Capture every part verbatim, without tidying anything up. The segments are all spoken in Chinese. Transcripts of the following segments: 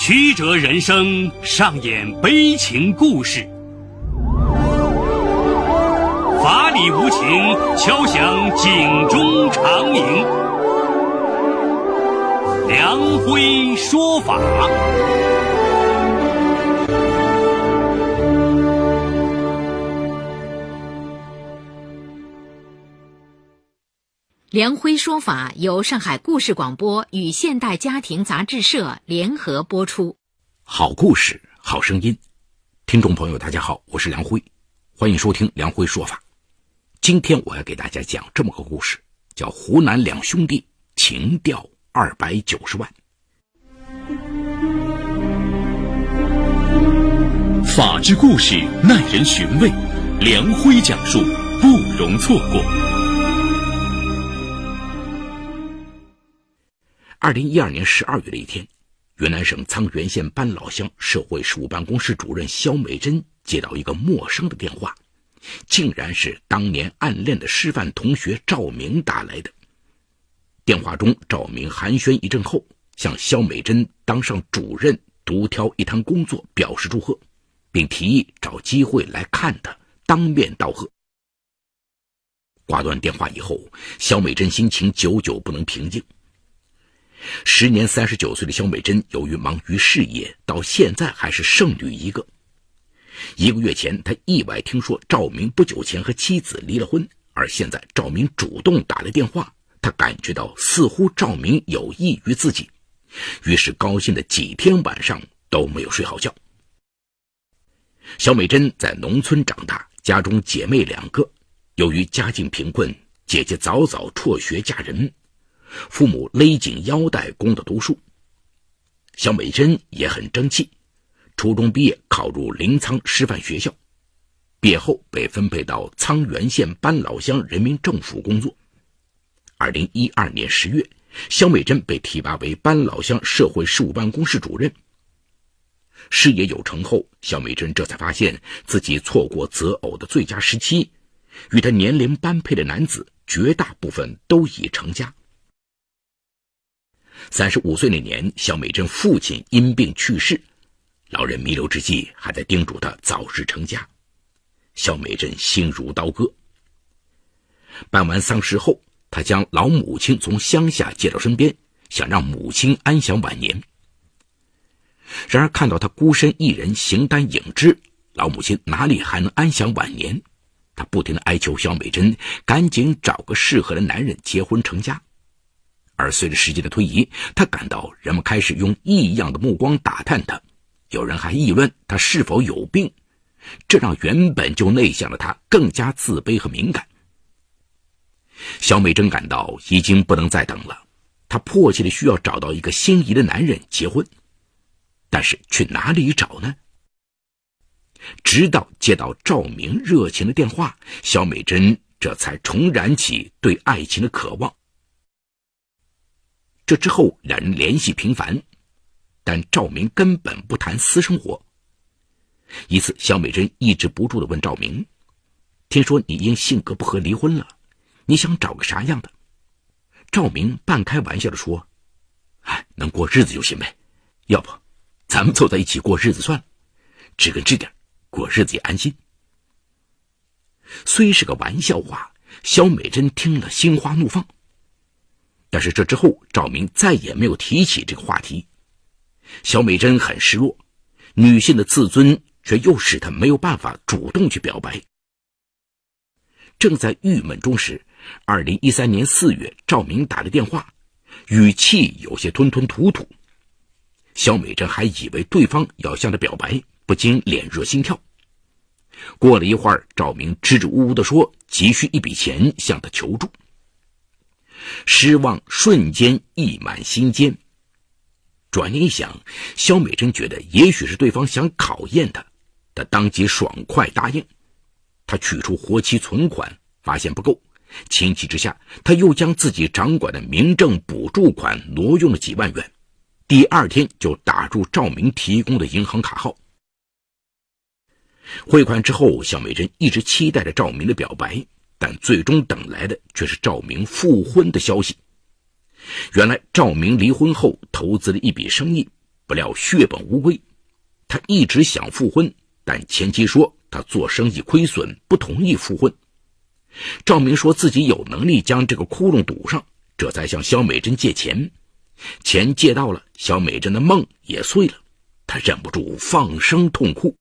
曲折人生上演悲情故事，法理无情敲响警钟长鸣。梁辉说法。 梁辉说法由上海故事广播与现代家庭杂志社联合播出。 好故事，好声音。听众朋友大家好，我是梁辉，欢迎收听梁辉说法。今天我要给大家讲这么个故事，叫湖南两兄弟情调二百九十万。 法治故事耐人寻味，梁辉讲述不容错过。 二零一二年十二月的一天，云南省沧源县班老乡社会事务办公室主任肖美珍接到一个陌生的电话，竟然是当年暗恋的师范同学赵明打来的。电话中，赵明寒暄一阵后，向肖美珍当上主任独挑一摊工作表示祝贺，并提议找机会来看他，当面道贺。挂断电话以后，肖美珍心情久久不能平静。时年三十九岁的肖美珍，由于忙于事业，到现在还是剩女一个。一个月前，他意外听说赵明不久前和妻子离了婚，而现在赵明主动打了电话，他感觉到似乎赵明有意于自己，于是高兴的几天晚上都没有睡好觉。肖美珍在农村长大，家中姐妹两个，由于家境贫困，姐姐早早辍学嫁人，父母勒紧腰带供她读书。肖美珍也很争气，初中毕业考入临沧师范学校，毕业后被分配到沧源县班老乡人民政府工作。二零一二年十月，肖美珍被提拔为班老乡社会事务办公室主任。事业有成后，肖美珍这才发现自己错过择偶的最佳时期，与她年龄般配的男子绝大部分都已成家。三十五岁那年，肖美珍父亲因病去世，老人弥留之际还在叮嘱她早日成家。肖美珍心如刀割。办完丧事后，她将老母亲从乡下接到身边，想让母亲安享晚年。然而看到她孤身一人形单影只，老母亲哪里还能安享晚年？她不停地哀求肖美珍赶紧找个适合的男人结婚成家。而随着时间的推移，他感到人们开始用异样的目光打探他，有人还议论他是否有病，这让原本就内向的他更加自卑和敏感。肖美珍感到已经不能再等了，她迫切地需要找到一个心仪的男人结婚，但是去哪里找呢？直到接到赵明热情的电话，肖美珍这才重燃起对爱情的渴望。这之后两人联系频繁，但赵明根本不谈私生活。一次，肖美珍抑制不住地问赵明，听说你因性格不合离婚了，你想找个啥样的？赵明半开玩笑地说，哎，能过日子就行呗，要不咱们凑在一起过日子算了，知根知底，过日子也安心。虽是个玩笑话，肖美珍听了心花怒放。但是这之后，赵明再也没有提起这个话题。肖美珍很失落，女性的自尊却又使她没有办法主动去表白。正在郁闷中时，二零一三年四月，赵明打了电话，语气有些吞吞吐吐。肖美珍还以为对方要向她表白，不禁脸热心跳。过了一会儿，赵明支支吾吾地说急需一笔钱向她求助。失望瞬间溢满心间。转念一想，肖美珍觉得也许是对方想考验她，她当即爽快答应。她取出活期存款，发现不够，情急之下，她又将自己掌管的民政补助款挪用了几万元，第二天就打入赵明提供的银行卡号。汇款之后，肖美珍一直期待着赵明的表白，但最终等来的却是赵明复婚的消息。原来赵明离婚后投资了一笔生意， 不料血本无归。他一直想复婚，但前妻说他做生意亏损，不同意复婚。赵明说自己有能力将这个窟窿堵上，这才向萧美珍借钱。钱借到了，萧美珍的梦也碎了，她忍不住放声痛哭。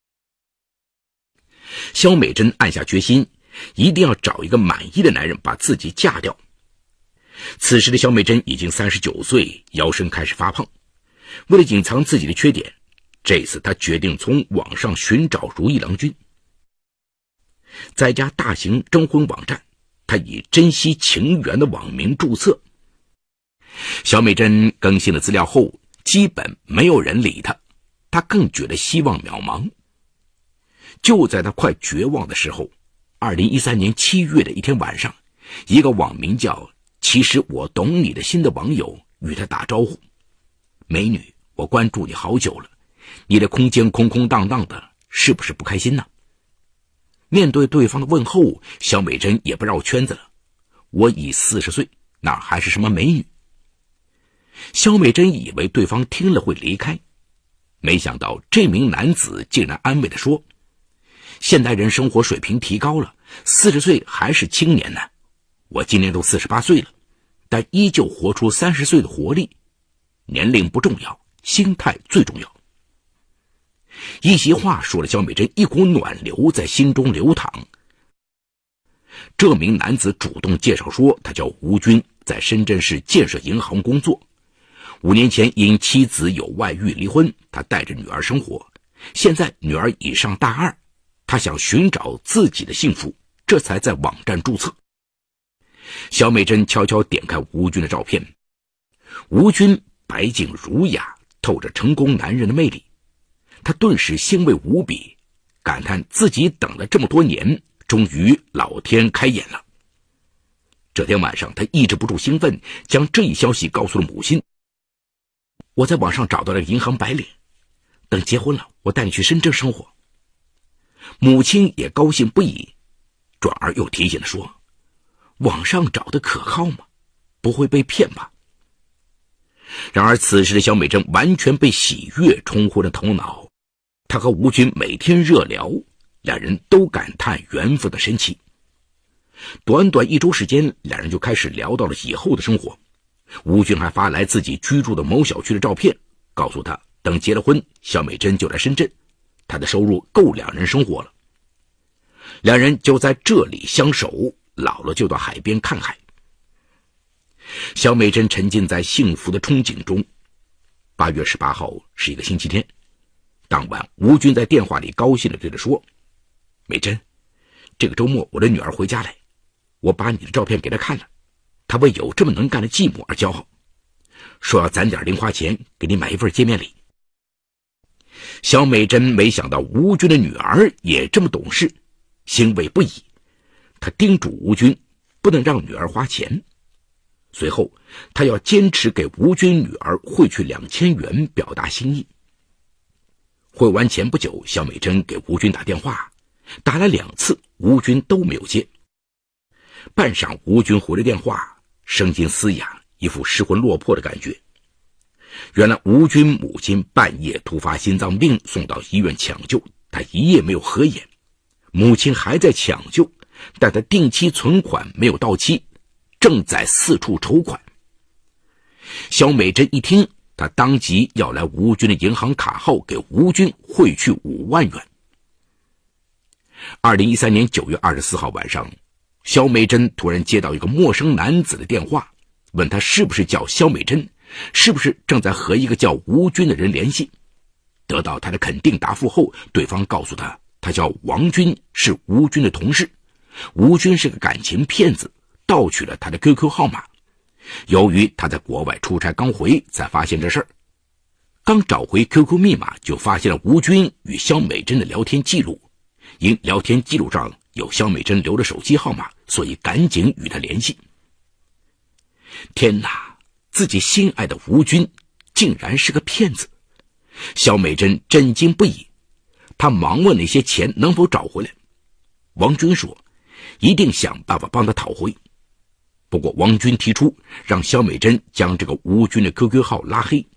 萧美珍暗下决心，一定要找一个满意的男人把自己嫁掉。此时的萧美珍已经三十九岁，腰身开始发胖。为了隐藏自己的缺点，这次她决定从网上寻找如意郎君。在一家大型征婚网站，她以珍惜情缘的网名注册。萧美珍更新了资料后，基本没有人理她，她更觉得希望渺茫。就在她快绝望的时候，二零一三年七月的一天晚上，一个网名叫其实我懂你的心的网友与她打招呼：美女，我关注你好久了，你的空间空空荡荡的，是不是不开心呢？面对对方的问候，萧美珍也不绕圈子了，我已四十岁，哪还是什么美女？萧美珍以为对方听了会离开，没想到这名男子竟然安慰地说：现代人生活水平提高了，四十岁还是青年呢，我今年都四十八岁了，但依旧活出三十岁的活力。年龄不重要，心态最重要。一席话说了萧美珍一股暖流在心中流淌。这名男子主动介绍说他叫吴军，在深圳市建设银行工作。五年前因妻子有外遇离婚，他带着女儿生活，现在女儿已上大二，他想寻找自己的幸福，这才在网站注册。萧美珍悄悄点开吴军的照片，吴军白净儒雅，透着成功男人的魅力，他顿时欣慰无比，感叹自己等了这么多年，终于老天开眼了。这天晚上，他抑制不住兴奋，将这一消息告诉了母亲。我在网上找到了银行白领，等结婚了，我带你去深圳生活。母亲也高兴不已，转而又提醒地说：网上找的可靠吗？不会被骗吧？然而此时的萧美珍完全被喜悦冲昏了头脑，她和吴军每天热聊，两人都感叹缘分的神奇。短短一周时间，两人就开始聊到了以后的生活。吴军还发来自己居住的某小区的照片，告诉他等结了婚，萧美珍就来深圳，他的收入够两人生活了。两人就在这里相守，老了就到海边看海。萧美珍沉浸在幸福的憧憬中。八月十八号是一个星期天，当晚吴军在电话里高兴地对他说：美珍，这个周末我的女儿回家来，我把你的照片给她看了，她为有这么能干的继母而骄傲，说要攒点零花钱给你买一份见面礼。萧美珍没想到吴军的女儿也这么懂事，欣慰不已。她叮嘱吴军不能让女儿花钱，随后她要坚持给吴军女儿汇去两千元表达心意。汇完钱不久，萧美珍给吴军打电话，打了两次，吴军都没有接。半晌，吴军回了电话，声音嘶哑，一副失魂落魄的感觉。原来吴军母亲半夜突发心脏病，送到医院抢救，他一夜没有合眼。母亲还在抢救，但他定期存款没有到期，正在四处筹款。萧美珍一听，他当即要来吴军的银行卡号，给吴军汇去五万元。二零一三年九月二十四号晚上，萧美珍突然接到一个陌生男子的电话，问他是不是叫萧美珍，是不是正在和一个叫吴军的人联系。得到他的肯定答复后，对方告诉他，他叫王军，是吴军的同事。吴军是个感情骗子，盗取了他的 Q Q 号码。由于他在国外出差刚回，才发现这事儿。刚找回 Q Q 密码，就发现了吴军与萧美珍的聊天记录。因聊天记录上有萧美珍留的手机号码，所以赶紧与他联系。天哪，自己心爱的吴军竟然是个骗子！萧美珍震惊不已，她忙问那些钱能否找回来。王军说一定想办法帮他讨回。不过王军提出让萧美珍将这个吴军的 Q Q 号拉黑，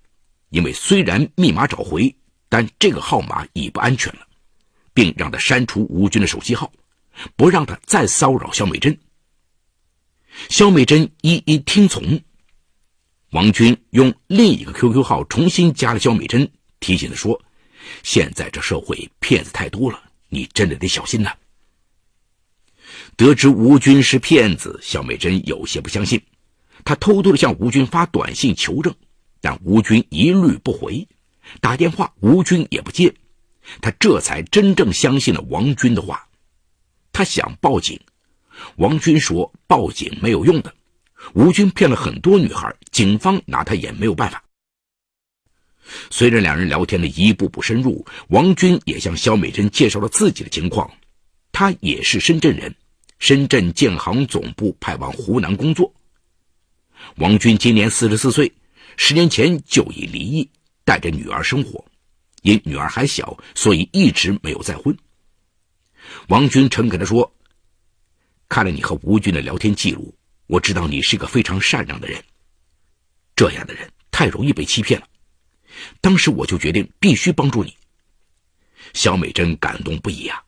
因为虽然密码找回，但这个号码已不安全了，并让他删除吴军的手机号，不让他再骚扰肖美珍。肖美珍一一听从。王军用另一个 Q Q 号重新加了肖美珍，提醒她说，现在这社会骗子太多了，你真的得小心呐。得知吴军是骗子，肖美珍有些不相信，她偷偷地向吴军发短信求证，但吴军一律不回，打电话吴军也不接，她这才真正相信了王军的话。她想报警，王军说报警没有用的，吴军骗了很多女孩，警方拿他也没有办法。随着两人聊天的一步步深入，王军也向肖美珍介绍了自己的情况，他也是深圳人，深圳建行总部派往湖南工作。王军今年四十四岁，十年前就已离异，带着女儿生活，因女儿还小，所以一直没有再婚。王军诚恳地说，看了你和吴军的聊天记录，我知道你是个非常善良的人，这样的人太容易被欺骗了，当时我就决定必须帮助你。肖美珍感动不已啊。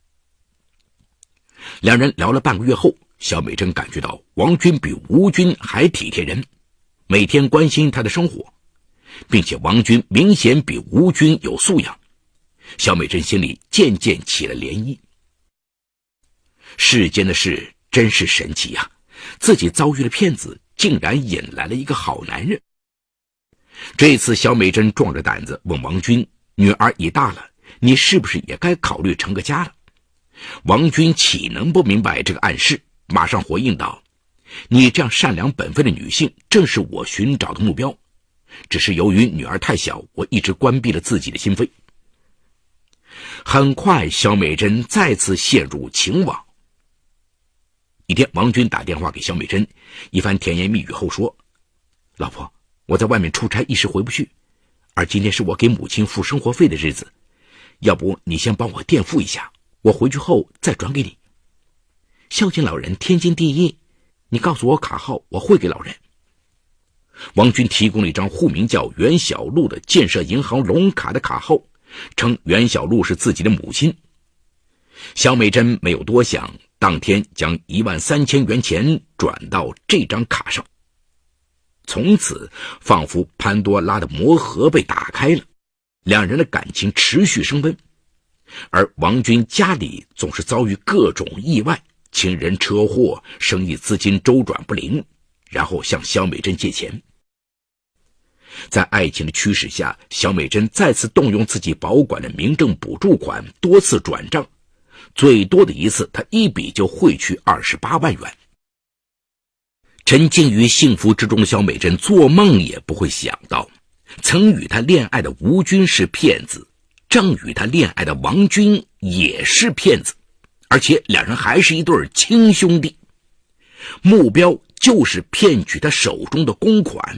两人聊了半个月后，肖美珍感觉到王军比吴军还体贴人，每天关心他的生活，并且王军明显比吴军有素养，肖美珍心里渐渐起了涟漪。世间的事真是神奇啊，自己遭遇了骗子，竟然引来了一个好男人。这次肖美珍壮着胆子问王军，女儿已大了，你是不是也该考虑成个家了？王军岂能不明白这个暗示，马上回应道，你这样善良本分的女性正是我寻找的目标，只是由于女儿太小，我一直关闭了自己的心扉。很快肖美珍再次陷入情网。一天，王军打电话给肖美珍，一番甜言蜜语后说，老婆，我在外面出差一时回不去，而今天是我给母亲付生活费的日子，要不你先帮我垫付一下，我回去后再转给你。孝敬老人天经地义，你告诉我卡号，我会给老人。王军提供了一张户名叫袁小璐的建设银行龙卡的卡号，称袁小璐是自己的母亲。肖美珍没有多想，当天将一万三千元钱转到这张卡上。从此，仿佛潘多拉的魔盒被打开了，两人的感情持续升温。而王军家里总是遭遇各种意外，亲人车祸，生意资金周转不灵，然后向肖美珍借钱。在爱情的驱使下，肖美珍再次动用自己保管的民政补助款，多次转账，最多的一次她一笔就汇去二十八万元。沉浸于幸福之中的肖美珍做梦也不会想到，曾与她恋爱的吴军是骗子，正与她恋爱的王军也是骗子，而且两人还是一对亲兄弟，目标就是骗取他手中的公款。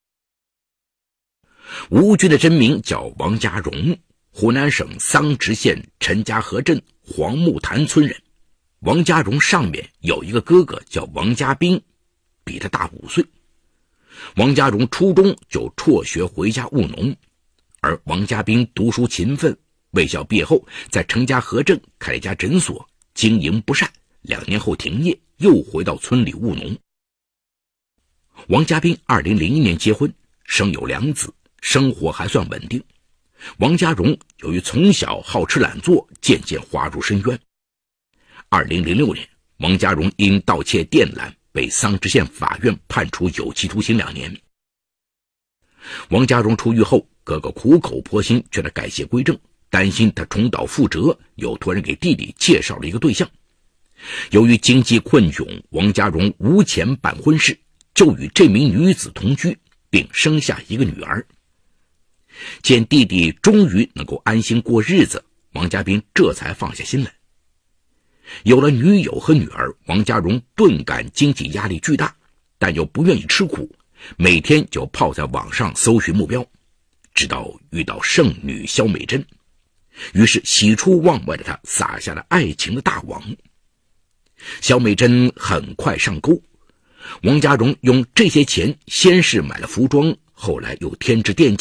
吴军的真名叫王家荣，湖南省桑植县陈家河镇黄木潭村人。王家荣上面有一个哥哥叫王家斌，比他大五岁。王家荣初中就辍学回家务农，而王家斌读书勤奋，卫校毕业后在陈家河镇开了一家诊所，经营不善，两年后停业，又回到村里务农。王家斌二零零一年结婚，生有两子，生活还算稳定。王家荣由于从小好吃懒做，渐渐滑入深渊。二零零六年，王家荣因盗窃电缆被桑植县法院判处有期徒刑两年。王家荣出狱后，哥哥苦口婆心劝他改邪归正，担心他重蹈覆辙，又托人给弟弟介绍了一个对象。由于经济困窘，王家荣无钱办婚事，就与这名女子同居，并生下一个女儿。见弟弟终于能够安心过日子，王家斌这才放下心来。有了女友和女儿，王家荣顿感经济压力巨大，但又不愿意吃苦，每天就泡在网上搜寻目标，直到遇到圣女肖美珍，于是喜出望外的他撒下了爱情的大网。肖美珍很快上钩，王家荣用这些钱先是买了服装，后来又添置电器，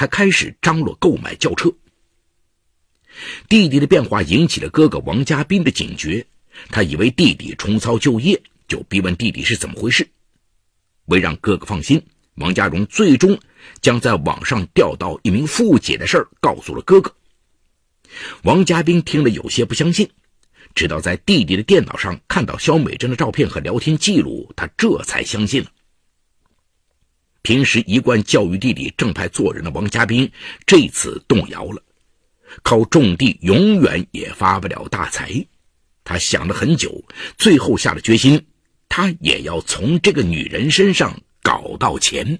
还开始张罗购买轿车。弟弟的变化引起了哥哥王家斌的警觉，他以为弟弟重操旧业，就逼问弟弟是怎么回事。为让哥哥放心，王家荣最终将在网上钓到一名富姐的事儿告诉了哥哥。王家斌听了有些不相信，直到在弟弟的电脑上看到肖美珍的照片和聊天记录，他这才相信了。平时一贯教育弟弟正派做人的王家斌这次动摇了，靠种地永远也发不了大财。他想了很久，最后下了决心，他也要从这个女人身上搞到钱。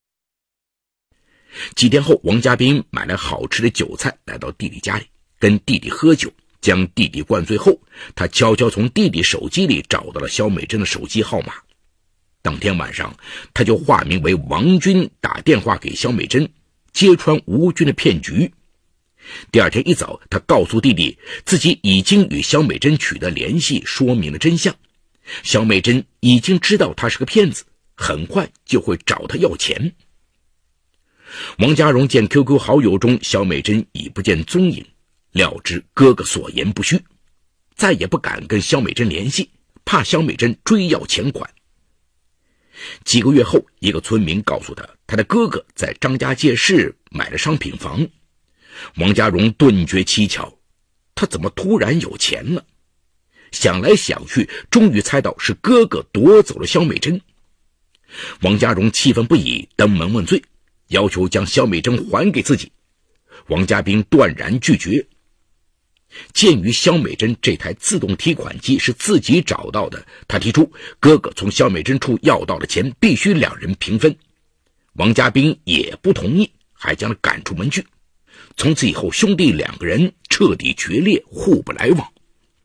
几天后，王家斌买来好吃的酒菜来到弟弟家里，跟弟弟喝酒，将弟弟灌醉后，他悄悄从弟弟手机里找到了肖美珍的手机号码。当天晚上，他就化名为王军打电话给肖美珍，揭穿吴军的骗局。第二天一早，他告诉弟弟自己已经与肖美珍取得联系，说明了真相。肖美珍已经知道他是个骗子，很快就会找他要钱。王家荣见 Q Q 好友中肖美珍已不见踪影，料知哥哥所言不虚，再也不敢跟肖美珍联系，怕肖美珍追要钱款。几个月后，一个村民告诉他，他的哥哥在张家界市买了商品房。王家荣顿觉蹊跷，他怎么突然有钱了？想来想去，终于猜到是哥哥夺走了肖美珍。王家荣气愤不已，登门问罪，要求将肖美珍还给自己。王家斌断然拒绝。鉴于肖美珍这台自动提款机是自己找到的，他提出哥哥从肖美珍处要到的钱必须两人平分。王家斌也不同意，还将他赶出门去。从此以后，兄弟两个人彻底决裂，互不来往。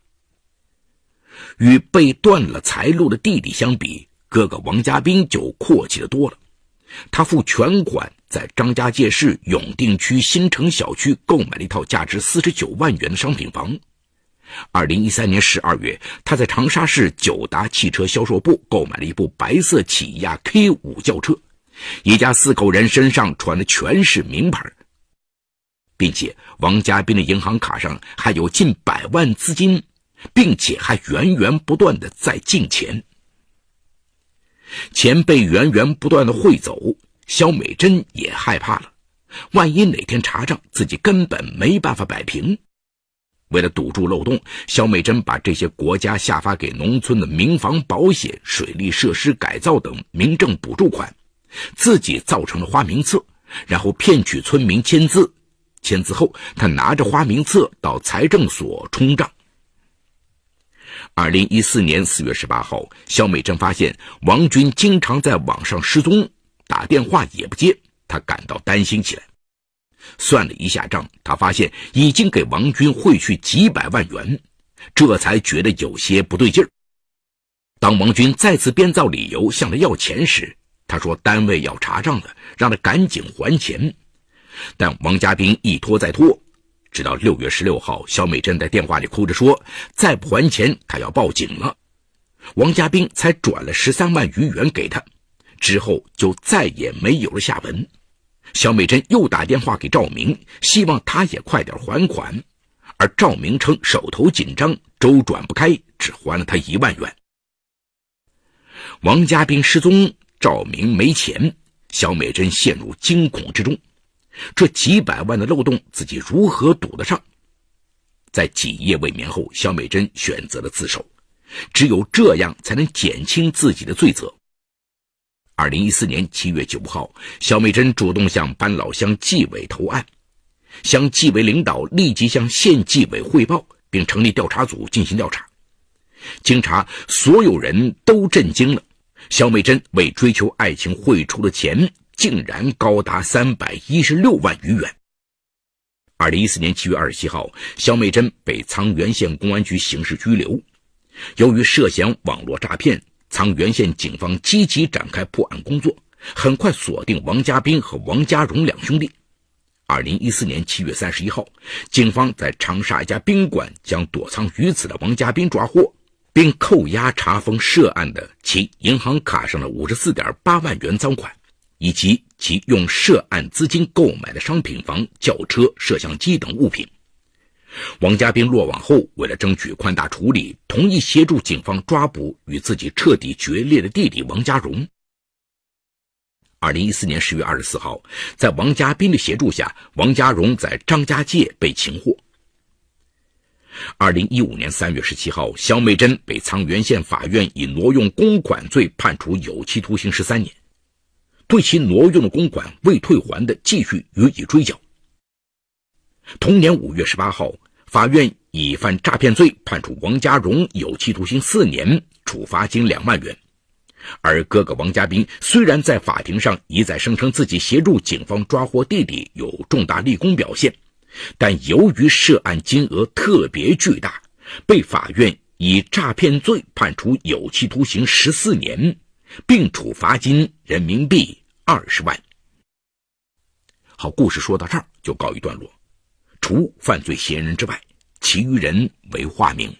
与被断了财路的弟弟相比，哥哥王家斌就阔气得多了。他付全款在张家界市永定区新城小区购买了一套价值四十九万元的商品房。二零一三年十二月，他在长沙市九达汽车销售部购买了一部白色起亚 K 五 轿车，一家四口人身上穿的全是名牌，并且王家斌的银行卡上还有近百万资金，并且还源源不断的在进钱。钱被源源不断的汇走，肖美珍也害怕了，万一哪天查账，自己根本没办法摆平。为了堵住漏洞，肖美珍把这些国家下发给农村的民房保险、水利设施改造等民政补助款，自己造成了花名册，然后骗取村民签字。签字后，他拿着花名册到财政所冲账。二零一四年四月十八号，肖美珍发现王军经常在网上失踪，打电话也不接，她感到担心起来。算了一下账，她发现已经给王军汇去几百万元，这才觉得有些不对劲儿。当王军再次编造理由向他要钱时，他说单位要查账了，让他赶紧还钱。但王家斌一拖再拖，直到六月十六号，肖美珍在电话里哭着说再不还钱他要报警了。王家斌才转了十三万余元给他，之后就再也没有了下文。肖美珍又打电话给赵明，希望他也快点还款，而赵明称手头紧张，周转不开，只还了他一万元。王家斌失踪，赵明没钱，肖美珍陷入惊恐之中。这几百万的漏洞，自己如何堵得上？在几夜未眠后，肖美珍选择了自首，只有这样才能减轻自己的罪责。二零一四年七月九号，肖美珍主动向班老乡纪委投案，乡纪委领导立即向县纪委汇报，并成立调查组进行调查。经查，所有人都震惊了，肖美珍为追求爱情汇出的钱竟然高达三百一十六万余元。二零一四年七月二十七号，肖美珍被沧源县公安局刑事拘留。由于涉嫌网络诈骗，沧源县警方积极展开破案工作，很快锁定王家斌和王家荣两兄弟。二零一四年七月三十一号，警方在长沙一家宾馆将躲藏于此的王家斌抓获，并扣押查封涉案的其银行卡上的 五十四点八万元赃款，以及其用涉案资金购买的商品房、轿车、摄像机等物品。王家兵落网后，为了争取宽大处理，同意协助警方抓捕与自己彻底决裂的弟弟王家荣。二零一四年十月二十四号，在王家兵的协助下，王家荣在张家界被擒获。二零一五年三月十七号，肖美珍被沧源县法院以挪用公款罪判处有期徒刑十三年，对其挪用的公款未退还的继续予以追缴。同年五月十八号，法院以犯诈骗罪判处王家荣有期徒刑四年，处罚金两万元。而哥哥王家兵虽然在法庭上一再声称自己协助警方抓获弟弟有重大立功表现，但由于涉案金额特别巨大，被法院以诈骗罪判处有期徒刑十四年，并处罚金人民币二十万。好，故事说到这儿就告一段落。除犯罪嫌疑人之外，其余人为化名。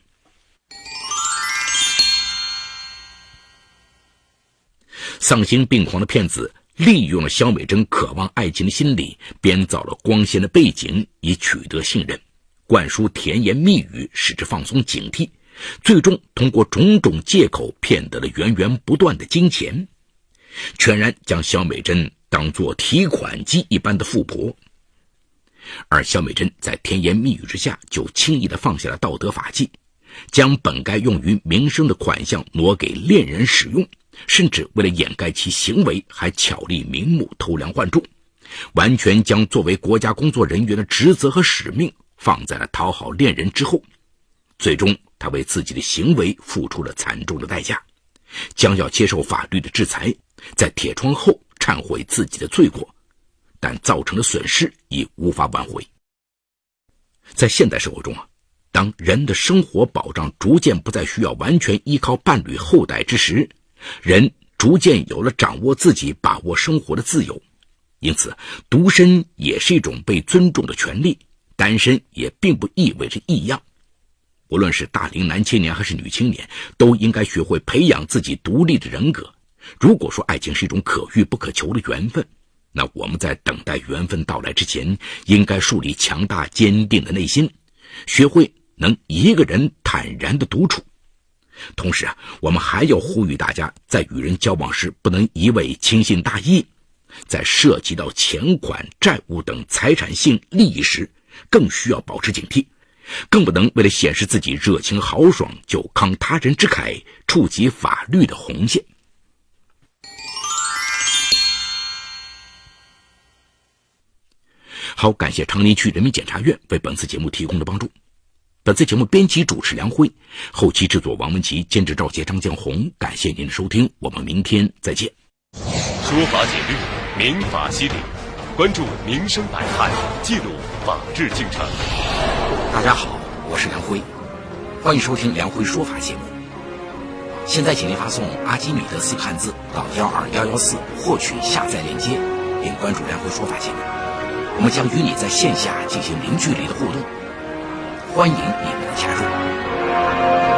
丧心病狂的骗子利用了肖美珍渴望爱情的心理，编造了光鲜的背景以取得信任，灌输甜言蜜语使之放松警惕，最终通过种种借口骗得了源源不断的金钱，全然将肖美珍当作提款机一般的富婆。而肖美珍在甜言蜜语之下就轻易地放下了道德法纪，将本该用于民生的款项挪给恋人使用，甚至为了掩盖其行为还巧立名目偷梁换柱，完全将作为国家工作人员的职责和使命放在了讨好恋人之后。最终他为自己的行为付出了惨重的代价，将要接受法律的制裁，在铁窗后忏悔自己的罪过，但造成的损失已无法挽回。在现代社会中啊，当人的生活保障逐渐不再需要完全依靠伴侣后代之时，人逐渐有了掌握自己把握生活的自由，因此独身也是一种被尊重的权利，单身也并不意味着异样。无论是大龄男青年还是女青年，都应该学会培养自己独立的人格。如果说爱情是一种可遇不可求的缘分，那我们在等待缘分到来之前，应该树立强大坚定的内心，学会能一个人坦然的独处。同时啊，我们还要呼吁大家，在与人交往时不能一味轻信大意，在涉及到钱款、债务等财产性利益时，更需要保持警惕，更不能为了显示自己热情豪爽就慷他人之慨，触及法律的红线。好，感谢长宁区人民检察院为本次节目提供的帮助。本次节目编辑主持梁辉，后期制作王文琪，监制赵杰、张建红。感谢您的收听，我们明天再见。 说法解律，民法析理，关注民生百态，记录法治进程。 大家好，我是梁辉，欢迎收听梁辉说法节目。现在请您发送阿基米德四个汉字到幺二幺幺四获取下载链接，并关注梁辉说法节目。我们将与你在线下进行零距离的互动，欢迎你们的加入。